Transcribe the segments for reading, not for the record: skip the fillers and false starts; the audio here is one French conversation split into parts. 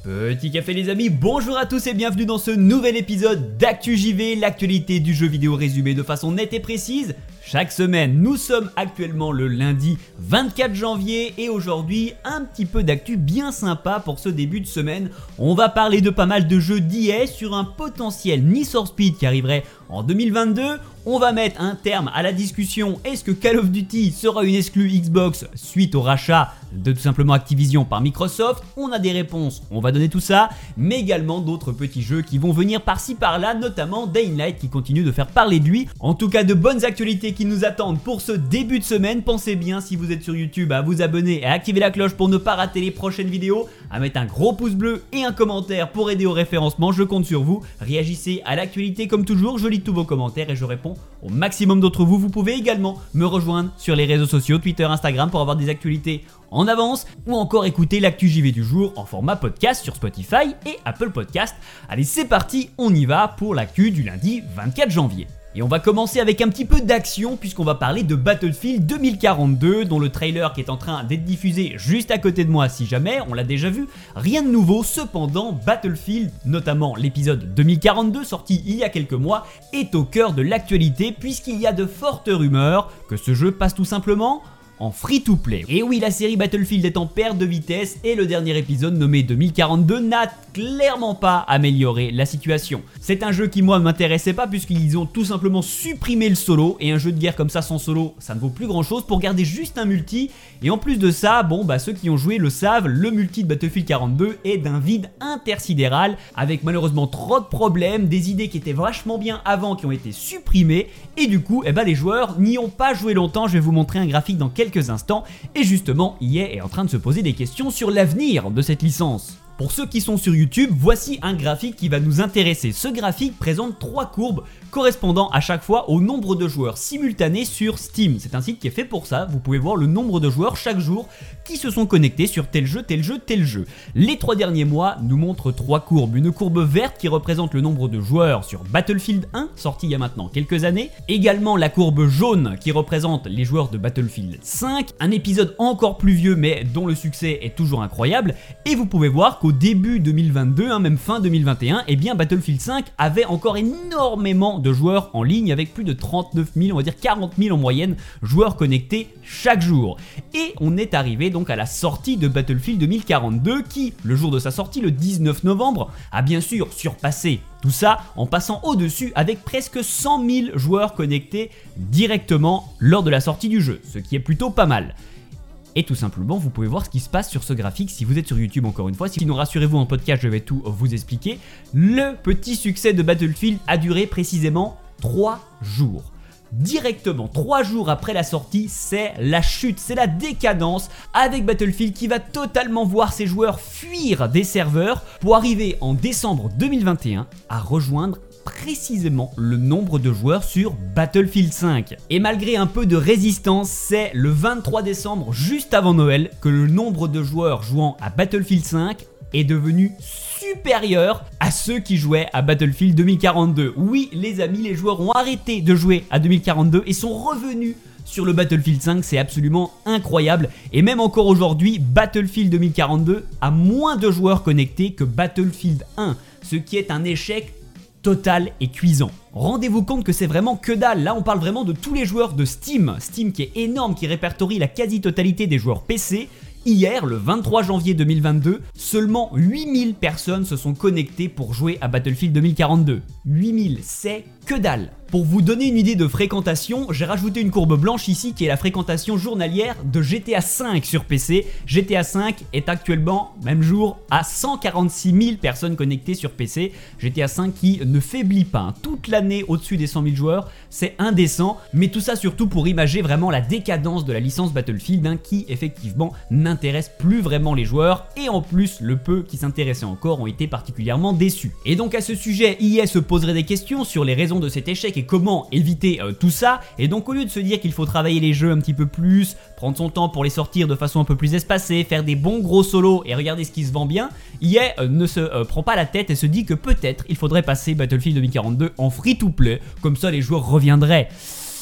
Petit café les amis, bonjour à tous et bienvenue dans ce nouvel épisode d'ActuJV, l'actualité du jeu vidéo résumée de façon nette et précise. Chaque semaine, nous sommes actuellement le lundi 24 janvier et aujourd'hui, un petit peu d'actu bien sympa pour ce début de semaine. On va parler de pas mal de jeux d'EA sur un potentiel Need for Speed qui arriverait en 2022. On va mettre un terme à la discussion, est-ce que Call of Duty sera une exclue Xbox suite au rachat de tout simplement Activision par Microsoft? On a des réponses, on va donner tout ça, mais également d'autres petits jeux qui vont venir par-ci par-là, notamment Dying Light qui continue de faire parler de lui. En tout cas, de bonnes actualités qui nous attendent pour ce début de semaine. Pensez bien, si vous êtes sur YouTube, à vous abonner et à activer la cloche pour ne pas rater les prochaines vidéos, à mettre un gros pouce bleu et un commentaire pour aider au référencement, je compte sur vous. Réagissez à l'actualité comme toujours, je lis tous vos commentaires et je réponds au maximum d'entre vous. Vous pouvez également me rejoindre sur les réseaux sociaux, Twitter, Instagram pour avoir des actualités en avance ou encore écouter l'actu-JV du jour en format podcast sur Spotify et Apple Podcast. Allez, c'est parti, on y va pour l'actu du lundi 24 janvier. Et on va commencer avec un petit peu d'action puisqu'on va parler de Battlefield 2042 dont le trailer qui est en train d'être diffusé juste à côté de moi si jamais, on l'a déjà vu. Rien de nouveau, cependant Battlefield, notamment l'épisode 2042 sorti il y a quelques mois, est au cœur de l'actualité puisqu'il y a de fortes rumeurs que ce jeu passe tout simplement en free-to-play. Et oui, la série Battlefield est en perte de vitesse et le dernier épisode nommé 2042 n'a clairement pas amélioré la situation. C'est un jeu qui moi ne m'intéressait pas puisqu'ils ont tout simplement supprimé le solo et un jeu de guerre comme ça sans solo, ça ne vaut plus grand chose pour garder juste un multi. Et en plus de ça, ceux qui ont joué le savent, le multi de Battlefield 42 est d'un vide intersidéral avec malheureusement trop de problèmes, des idées qui étaient vachement bien avant qui ont été supprimées et du coup, les joueurs n'y ont pas joué longtemps. Je vais vous montrer un graphique dans quelques instants et justement EA est en train de se poser des questions sur l'avenir de cette licence. Pour ceux qui sont sur YouTube, voici un graphique qui va nous intéresser. Ce graphique présente 3 courbes correspondant à chaque fois au nombre de joueurs simultanés sur Steam. C'est un site qui est fait pour ça, vous pouvez voir le nombre de joueurs chaque jour qui se sont connectés sur tel jeu, tel jeu, tel jeu. Les 3 derniers mois nous montrent 3 courbes. Une courbe verte qui représente le nombre de joueurs sur Battlefield 1, sorti il y a maintenant quelques années. Également la courbe jaune qui représente les joueurs de Battlefield 5, un épisode encore plus vieux mais dont le succès est toujours incroyable. Et vous pouvez voir qu'au début 2022, même fin 2021, Battlefield 5 avait encore énormément de joueurs en ligne avec plus de 39 000, on va dire 40 000 en moyenne joueurs connectés chaque jour. Et on est arrivé donc à la sortie de Battlefield 2042 qui, le jour de sa sortie, le 19 novembre, a bien sûr surpassé tout ça en passant au-dessus avec presque 100 000 joueurs connectés directement lors de la sortie du jeu, ce qui est plutôt pas mal. Et tout simplement, vous pouvez voir ce qui se passe sur ce graphique si vous êtes sur YouTube encore une fois. Sinon, rassurez-vous, en podcast, je vais tout vous expliquer. Le petit succès de Battlefield a duré précisément 3 jours. Directement 3 jours après la sortie, c'est la chute, c'est la décadence avec Battlefield qui va totalement voir ses joueurs fuir des serveurs pour arriver en décembre 2021 à rejoindre précisément le nombre de joueurs sur Battlefield 5. Et malgré un peu de résistance, c'est le 23 décembre, juste avant Noël, que le nombre de joueurs jouant à Battlefield 5 est devenu supérieur à ceux qui jouaient à Battlefield 2042. Oui, les amis, les joueurs ont arrêté de jouer à 2042 et sont revenus sur le Battlefield 5, c'est absolument incroyable. Et même encore aujourd'hui, Battlefield 2042 a moins de joueurs connectés que Battlefield 1, ce qui est un échec total et cuisant. Rendez-vous compte que c'est vraiment que dalle, là on parle vraiment de tous les joueurs de Steam qui est énorme, qui répertorie la quasi-totalité des joueurs PC. Hier, le 23 janvier 2022, seulement 8000 personnes se sont connectées pour jouer à Battlefield 2042. 8000, c'est que dalle. Pour vous donner une idée de fréquentation, j'ai rajouté une courbe blanche ici qui est la fréquentation journalière de GTA V sur PC. GTA V est actuellement, même jour, à 146 000 personnes connectées sur PC. GTA V qui ne faiblit pas, toute l'année au-dessus des 100 000 joueurs, c'est indécent. Mais tout ça surtout pour imager vraiment la décadence de la licence Battlefield qui effectivement n'intéresse plus vraiment les joueurs. Et en plus, le peu qui s'intéressaient encore ont été particulièrement déçus. Et donc à ce sujet, EA se poserait des questions sur les raisons de cet échec et comment éviter tout ça. Et donc au lieu de se dire qu'il faut travailler les jeux un petit peu plus, prendre son temps pour les sortir de façon un peu plus espacée, faire des bons gros solos et regarder ce qui se vend bien, EA ne se prend pas la tête et se dit que peut-être il faudrait passer Battlefield 2042 en free to play, comme ça les joueurs reviendraient.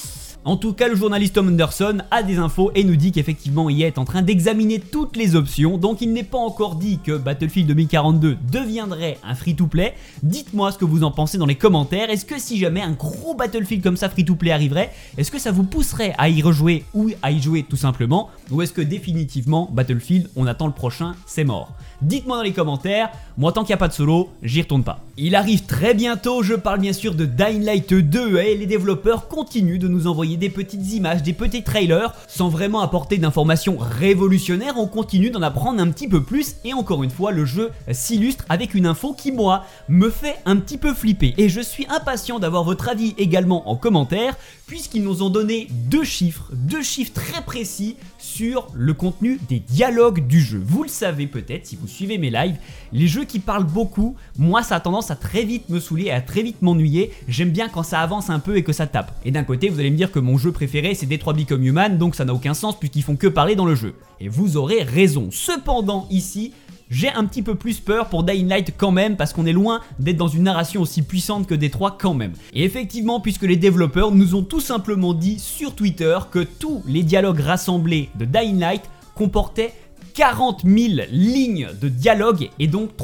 En tout cas, le journaliste Tom Henderson a des infos et nous dit qu'effectivement EA est en train d'examiner toutes les options, donc il n'est pas encore dit que Battlefield 2042 deviendrait un free-to-play. Dites-moi ce que vous en pensez dans les commentaires. Est-ce que si jamais un gros Battlefield comme ça free-to-play arriverait, est-ce que ça vous pousserait à y rejouer ou à y jouer tout simplement, ou est-ce que définitivement Battlefield, on attend le prochain, c'est mort? Dites-moi dans les commentaires, moi tant qu'il n'y a pas de solo, j'y retourne pas. Il arrive très bientôt, je parle bien sûr de Dying Light 2 et les développeurs continuent de nous envoyer des petites images, des petits trailers, sans vraiment apporter d'informations révolutionnaires, on continue d'en apprendre un petit peu plus et encore une fois le jeu s'illustre avec une info qui moi me fait un petit peu flipper et je suis impatient d'avoir votre avis également en commentaire puisqu'ils nous ont donné deux chiffres très précis sur le contenu des dialogues du jeu. Vous le savez peut-être si vous suivez mes lives, les jeux qui parlent beaucoup, moi ça a tendance à très vite me saouler, à très vite m'ennuyer. J'aime bien quand ça avance un peu et que ça tape. Et d'un côté vous allez me dire que mon jeu préféré c'est Detroit Become Human, donc ça n'a aucun sens puisqu'ils font que parler dans le jeu. Et vous aurez raison. Cependant ici, j'ai un petit peu plus peur pour Dying Light quand même parce qu'on est loin d'être dans une narration aussi puissante que Detroit quand même. Et effectivement, puisque les développeurs nous ont tout simplement dit sur Twitter que tous les dialogues rassemblés de Dying Light comportaient 40 000 lignes de dialogue et donc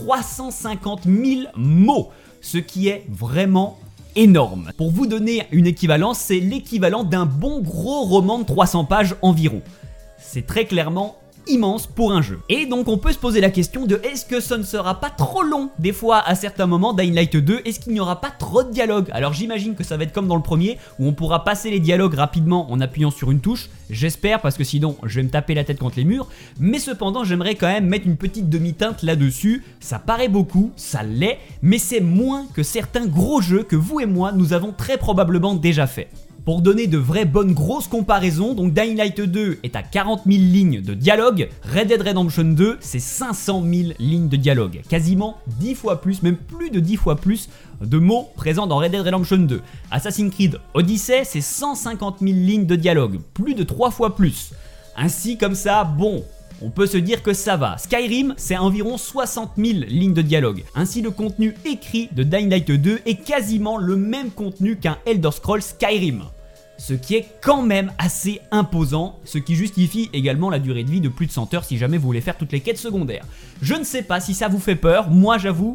350 000 mots, ce qui est vraiment énorme. Pour vous donner une équivalence, c'est l'équivalent d'un bon gros roman de 300 pages environ. C'est très clairement immense pour un jeu. Et donc on peut se poser la question de est-ce que ça ne sera pas trop long des fois à certains moments Dying Light 2, est-ce qu'il n'y aura pas trop de dialogue? Alors j'imagine que ça va être comme dans le premier où on pourra passer les dialogues rapidement en appuyant sur une touche, j'espère parce que sinon je vais me taper la tête contre les murs, mais cependant j'aimerais quand même mettre une petite demi-teinte là-dessus, ça paraît beaucoup, ça l'est, mais c'est moins que certains gros jeux que vous et moi nous avons très probablement déjà fait. Pour donner de vraies bonnes grosses comparaisons, donc Dying Light 2 est à 40 000 lignes de dialogue, Red Dead Redemption 2 c'est 500 000 lignes de dialogue, quasiment 10 fois plus, même plus de 10 fois plus de mots présents dans Red Dead Redemption 2. Assassin's Creed Odyssey c'est 150 000 lignes de dialogue, plus de 3 fois plus. Ainsi comme ça, bon, on peut se dire que ça va. Skyrim, c'est environ 60 000 lignes de dialogue. Ainsi, le contenu écrit de Dying Light 2 est quasiment le même contenu qu'un Elder Scrolls Skyrim. Ce qui est quand même assez imposant, ce qui justifie également la durée de vie de plus de 100 heures si jamais vous voulez faire toutes les quêtes secondaires. Je ne sais pas si ça vous fait peur, moi j'avoue,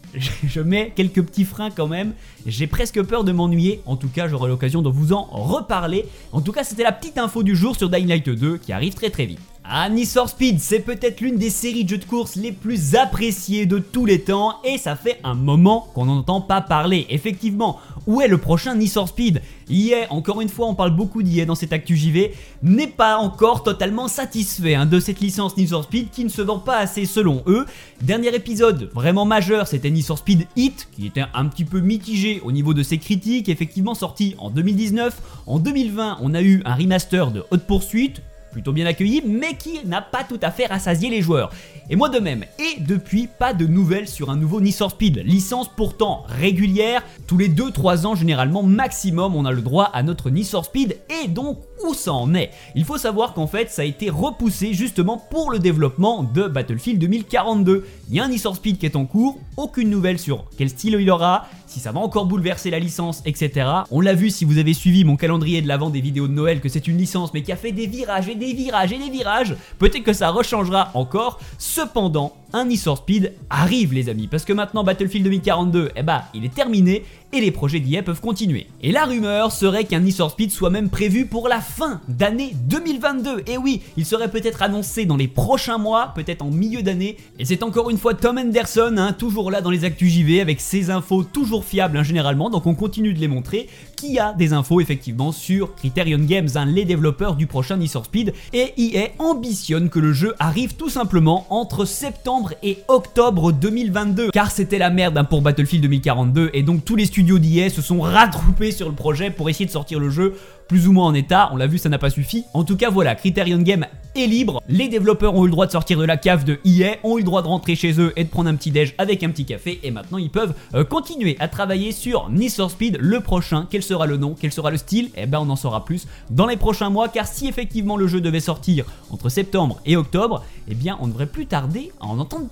je mets quelques petits freins quand même, j'ai presque peur de m'ennuyer, en tout cas j'aurai l'occasion de vous en reparler. En tout cas c'était la petite info du jour sur Dying Light 2 qui arrive très vite. Ah, Need for Speed, c'est peut-être l'une des séries de jeux de course les plus appréciées de tous les temps et ça fait un moment qu'on n'en entend pas parler. Effectivement, où est le prochain Need for Speed? EA, encore une fois on parle beaucoup d'EA dans cette actu JV, n'est pas encore totalement satisfait de cette licence Need for Speed qui ne se vend pas assez selon eux. Dernier épisode vraiment majeur, c'était Need for Speed Heat qui était un petit peu mitigé au niveau de ses critiques, effectivement sorti en 2019. En 2020 on a eu un remaster de Hot Pursuit, plutôt bien accueilli, mais qui n'a pas tout à fait rassasié les joueurs. Et moi de même. Et depuis, pas de nouvelles sur un nouveau Need for Speed. Licence pourtant régulière, tous les 2-3 ans généralement maximum, on a le droit à notre Need for Speed. Et donc, où ça en est? Il faut savoir qu'en fait, ça a été repoussé justement pour le développement de Battlefield 2042. Il y a un Need for Speed qui est en cours, aucune nouvelle sur quel style il aura, si ça va encore bouleverser la licence, etc. On l'a vu si vous avez suivi mon calendrier de l'avant des vidéos de Noël que c'est une licence mais qui a fait des virages et des virages et des virages. Peut-être que ça rechangera encore. Cependant, un Need for Speed arrive les amis, parce que maintenant Battlefield 2042, il est terminé et les projets d'EA peuvent continuer. Et la rumeur serait qu'un Need for Speed soit même prévu pour la fin d'année 2022. Et oui, il serait peut-être annoncé dans les prochains mois, peut-être en milieu d'année. Et c'est encore une fois Tom Henderson, toujours là dans les actus JV, avec ses infos toujours fiables généralement, donc on continue de les montrer, qui a des infos effectivement sur Criterion Games, les développeurs du prochain Need for Speed. Et EA ambitionne que le jeu arrive tout simplement entre septembre et octobre 2022, car c'était la merde pour Battlefield 2042 et donc tous les studios d'EA se sont rattroupés sur le projet pour essayer de sortir le jeu plus ou moins en état. On l'a vu, ça n'a pas suffi. En tout cas voilà, Criterion Games est libre, les développeurs ont eu le droit de sortir de la cave de EA, ont eu le droit de rentrer chez eux et de prendre un petit déj avec un petit café, et maintenant ils peuvent continuer à travailler sur Need for Speed le prochain. Quel sera le nom, quel sera le style? On en saura plus dans les prochains mois, car si effectivement le jeu devait sortir entre septembre et octobre, on ne devrait plus tarder à en entendre parler.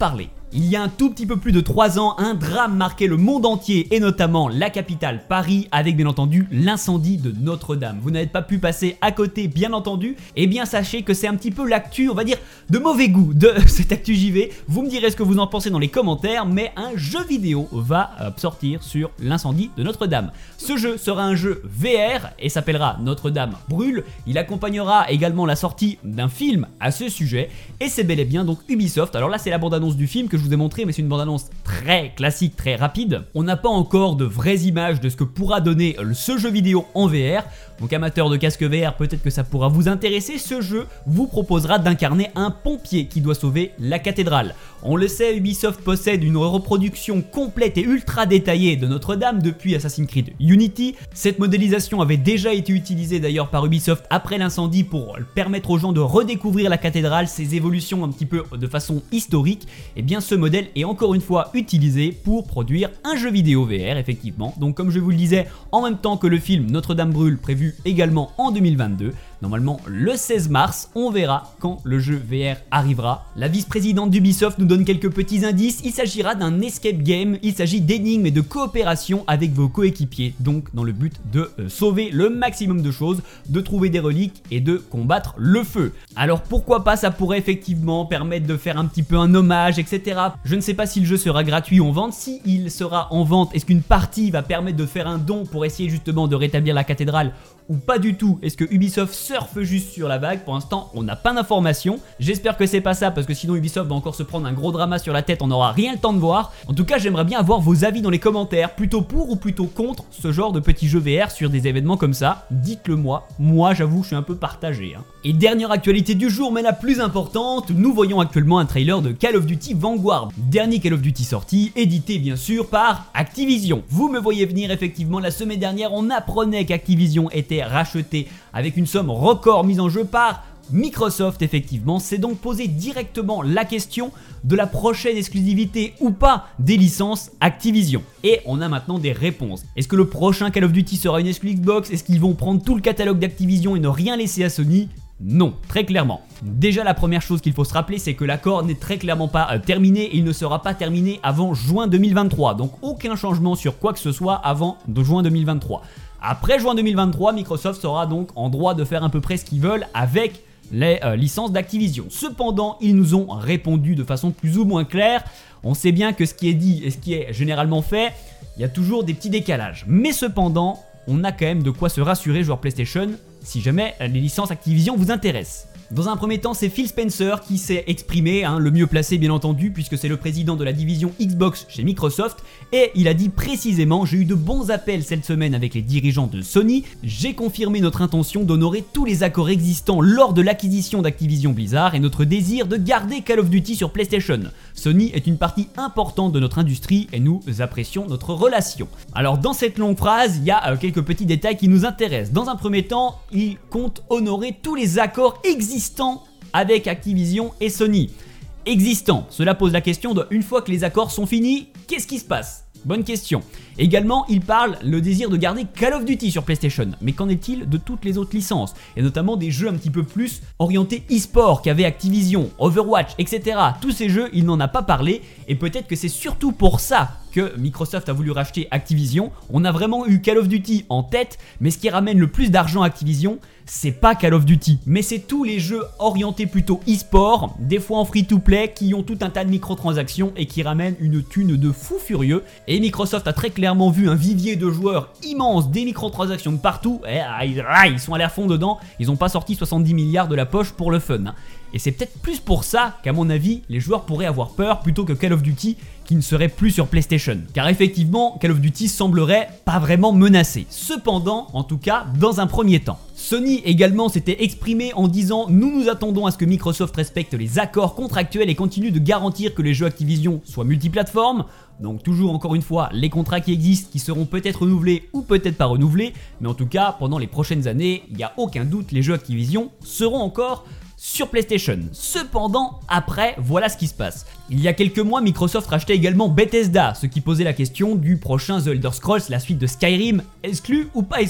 Il y a un tout petit peu plus de 3 ans, un drame marquait le monde entier et notamment la capitale Paris avec bien entendu l'incendie de Notre-Dame. Vous n'avez pas pu passer à côté bien entendu, et bien sachez que c'est un petit peu l'actu, on va dire, de mauvais goût de cette actu JV. Vous me direz ce que vous en pensez dans les commentaires, mais un jeu vidéo va sortir sur l'incendie de Notre-Dame. Ce jeu sera un jeu VR et s'appellera Notre-Dame brûle. Il accompagnera également la sortie d'un film à ce sujet et c'est bel et bien donc Ubisoft. Alors là c'est la bande-annonce du film que je vous ai montré, mais c'est une bande-annonce très classique, très rapide. On n'a pas encore de vraies images de ce que pourra donner ce jeu vidéo en VR. Donc amateur de casque VR, peut-être que ça pourra vous intéresser. Ce jeu vous proposera d'incarner un pompier qui doit sauver la cathédrale. On le sait, Ubisoft possède une reproduction complète et ultra détaillée de Notre-Dame depuis Assassin's Creed Unity. Cette modélisation avait déjà été utilisée d'ailleurs par Ubisoft après l'incendie pour permettre aux gens de redécouvrir la cathédrale, ses évolutions un petit peu de façon historique. Et bien ce modèle est encore une fois utilisé pour produire un jeu vidéo VR effectivement. Donc comme je vous le disais, en même temps que le film Notre-Dame brûle prévu également en 2022. Normalement le 16 mars, on verra quand le jeu VR arrivera. La vice-présidente d'Ubisoft nous donne quelques petits indices. Il s'agira d'un escape game, il s'agit d'énigmes et de coopération avec vos coéquipiers. Donc dans le but de sauver le maximum de choses, de trouver des reliques et de combattre le feu. Alors pourquoi pas, ça pourrait effectivement permettre de faire un petit peu un hommage, etc. Je ne sais pas si le jeu sera gratuit ou en vente. Si il sera en vente, est-ce qu'une partie va permettre de faire un don pour essayer justement de rétablir la cathédrale ou pas du tout? Est-ce que Ubisoft surfe juste sur la vague? Pour l'instant, on n'a pas d'informations. J'espère que c'est pas ça parce que sinon Ubisoft va encore se prendre un gros drama sur la tête, on n'aura rien le temps de voir. En tout cas, j'aimerais bien avoir vos avis dans les commentaires, plutôt pour ou plutôt contre ce genre de petits jeux VR sur des événements comme ça. Dites-le moi. Moi, j'avoue, je suis un peu partagé. Et dernière actualité du jour, mais la plus importante, nous voyons actuellement un trailer de Call of Duty Vanguard. Dernier Call of Duty sorti, édité bien sûr par Activision. Vous me voyez venir, effectivement, la semaine dernière, on apprenait qu'Activision était racheté avec une somme record mise en jeu par Microsoft. Effectivement, c'est donc posé directement la question de la prochaine exclusivité ou pas des licences Activision. Et on a maintenant des réponses. Est-ce que le prochain Call of Duty sera une exclu Xbox? Est-ce qu'ils vont prendre tout le catalogue d'Activision et ne rien laisser à Sony? Non, très clairement. Déjà la première chose qu'il faut se rappeler, c'est que l'accord n'est très clairement pas terminé et il ne sera pas terminé avant juin 2023. Donc aucun changement sur quoi que ce soit avant de juin 2023. Après juin 2023, Microsoft sera donc en droit de faire à peu près ce qu'ils veulent avec les licences d'Activision. Cependant, ils nous ont répondu de façon plus ou moins claire. On sait bien que ce qui est dit et ce qui est généralement fait, il y a toujours des petits décalages. Mais cependant, on a quand même de quoi se rassurer, joueur PlayStation, si jamais les licences Activision vous intéressent. Dans un premier temps, c'est Phil Spencer qui s'est exprimé, le mieux placé bien entendu, puisque c'est le président de la division Xbox chez Microsoft, et il a dit précisément: j'ai eu de bons appels cette semaine avec les dirigeants de Sony, j'ai confirmé notre intention d'honorer tous les accords existants lors de l'acquisition d'Activision Blizzard et notre désir de garder Call of Duty sur PlayStation. Sony est une partie importante de notre industrie et nous apprécions notre relation. Alors dans cette longue phrase, il y a quelques petits détails qui nous intéressent. Dans un premier temps, il compte honorer tous les accords existants avec Activision et Sony. Existants, cela pose la question de, une fois que les accords sont finis, qu'est-ce qui se passe? Bonne question. Également, il parle le désir de garder Call of Duty sur PlayStation. Mais qu'en est-il de toutes les autres licences? Et notamment des jeux un petit peu plus orientés e-sport qu'avait Activision, Overwatch, etc. Tous ces jeux, il n'en a pas parlé. Et peut-être que c'est surtout pour ça que Microsoft a voulu racheter Activision. On a vraiment eu Call of Duty en tête, mais ce qui ramène le plus d'argent à Activision, c'est pas Call of Duty, mais c'est tous les jeux orientés plutôt e-sport, des fois en free-to-play, qui ont tout un tas de microtransactions et qui ramènent une thune de fou furieux. Et Microsoft a très clairement vu un vivier de joueurs immense, des microtransactions de partout, et ils sont allés à fond dedans, ils n'ont pas sorti 70 milliards de la poche pour le fun. Et c'est peut-être plus pour ça qu'à mon avis, les joueurs pourraient avoir peur plutôt que Call of Duty qui ne serait plus sur PlayStation. Car effectivement, Call of Duty semblerait pas vraiment menacé. Cependant, en tout cas, dans un premier temps. Sony également s'était exprimé en disant: nous attendons à ce que Microsoft respecte les accords contractuels et continue de garantir que les jeux Activision soient multiplateformes. Donc toujours encore une fois, les contrats qui existent, qui seront peut-être renouvelés ou peut-être pas renouvelés, mais en tout cas, pendant les prochaines années, il n'y a aucun doute, les jeux Activision seront encore sur PlayStation. Cependant, après, voilà ce qui se passe. Il y a quelques mois, Microsoft rachetait également Bethesda, ce qui posait la question du prochain The Elder Scrolls, la suite de Skyrim, exclu ou pas exclu?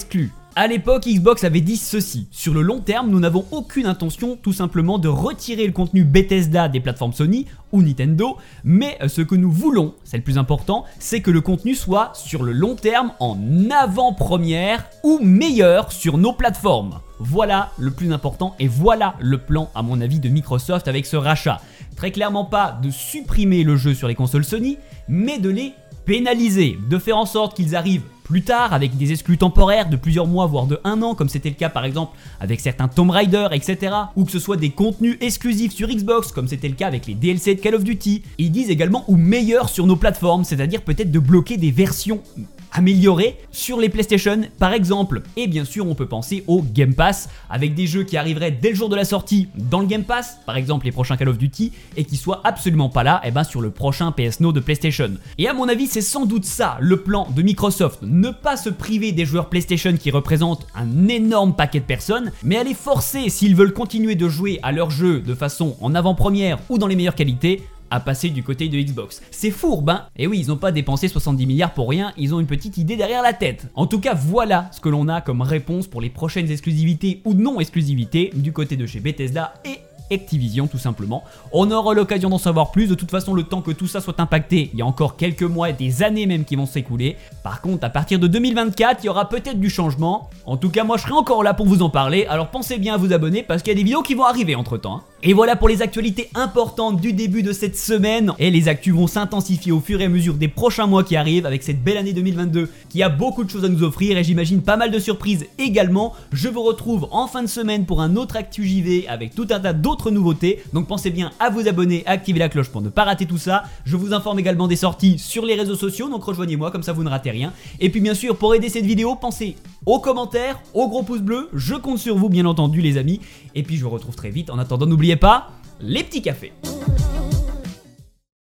À l'époque, Xbox avait dit ceci: sur le long terme, nous n'avons aucune intention tout simplement de retirer le contenu Bethesda des plateformes Sony ou Nintendo, mais ce que nous voulons, c'est le plus important, c'est que le contenu soit sur le long terme en avant-première ou meilleur sur nos plateformes. Voilà le plus important et voilà le plan à mon avis de Microsoft avec ce rachat. Très clairement pas de supprimer le jeu sur les consoles Sony, mais de les pénaliser, de faire en sorte qu'ils arrivent plus tard avec des exclus temporaires de plusieurs mois voire de 1 an, comme c'était le cas par exemple avec certains Tomb Raider, etc. Ou que ce soit des contenus exclusifs sur Xbox comme c'était le cas avec les DLC de Call of Duty. Ils disent également ou meilleurs sur nos plateformes, c'est-à-dire peut-être de bloquer des versions améliorées sur les PlayStation par exemple. Et bien sûr on peut penser au Game Pass avec des jeux qui arriveraient dès le jour de la sortie dans le Game Pass, par exemple les prochains Call of Duty, et qui soient absolument pas là sur le prochain PS Now de PlayStation. Et à mon avis c'est sans doute ça le plan de Microsoft, ne pas se priver des joueurs PlayStation qui représentent un énorme paquet de personnes, mais à les forcer s'ils veulent continuer de jouer à leurs jeux de façon en avant-première ou dans les meilleures qualités, à passer du côté de Xbox. C'est fourbe, hein? Et oui, ils n'ont pas dépensé 70 milliards pour rien, ils ont une petite idée derrière la tête. En tout cas, voilà ce que l'on a comme réponse pour les prochaines exclusivités ou non-exclusivités du côté de chez Bethesda et Activision tout simplement. On aura l'occasion d'en savoir plus, de toute façon le temps que tout ça soit impacté, il y a encore quelques mois et des années même qui vont s'écouler. Par contre à partir de 2024 il y aura peut-être du changement. En tout cas moi je serai encore là pour vous en parler, alors pensez bien à vous abonner parce qu'il y a des vidéos qui vont arriver entre temps, hein. Et voilà pour les actualités importantes du début de cette semaine, et les actus vont s'intensifier au fur et à mesure des prochains mois qui arrivent avec cette belle année 2022 qui a beaucoup de choses à nous offrir et j'imagine pas mal de surprises également. Je vous retrouve en fin de semaine pour un autre Actu JV avec tout un tas d'autres nouveautés, donc pensez bien à vous abonner, à activer la cloche pour ne pas rater tout ça. Je vous informe également des sorties sur les réseaux sociaux, donc rejoignez-moi comme ça vous ne ratez rien. Et puis bien sûr pour aider cette vidéo, pensez aux commentaires, aux gros pouces bleus, je compte sur vous bien entendu les amis. Et puis je vous retrouve très vite, en attendant n'oubliez pas les petits cafés.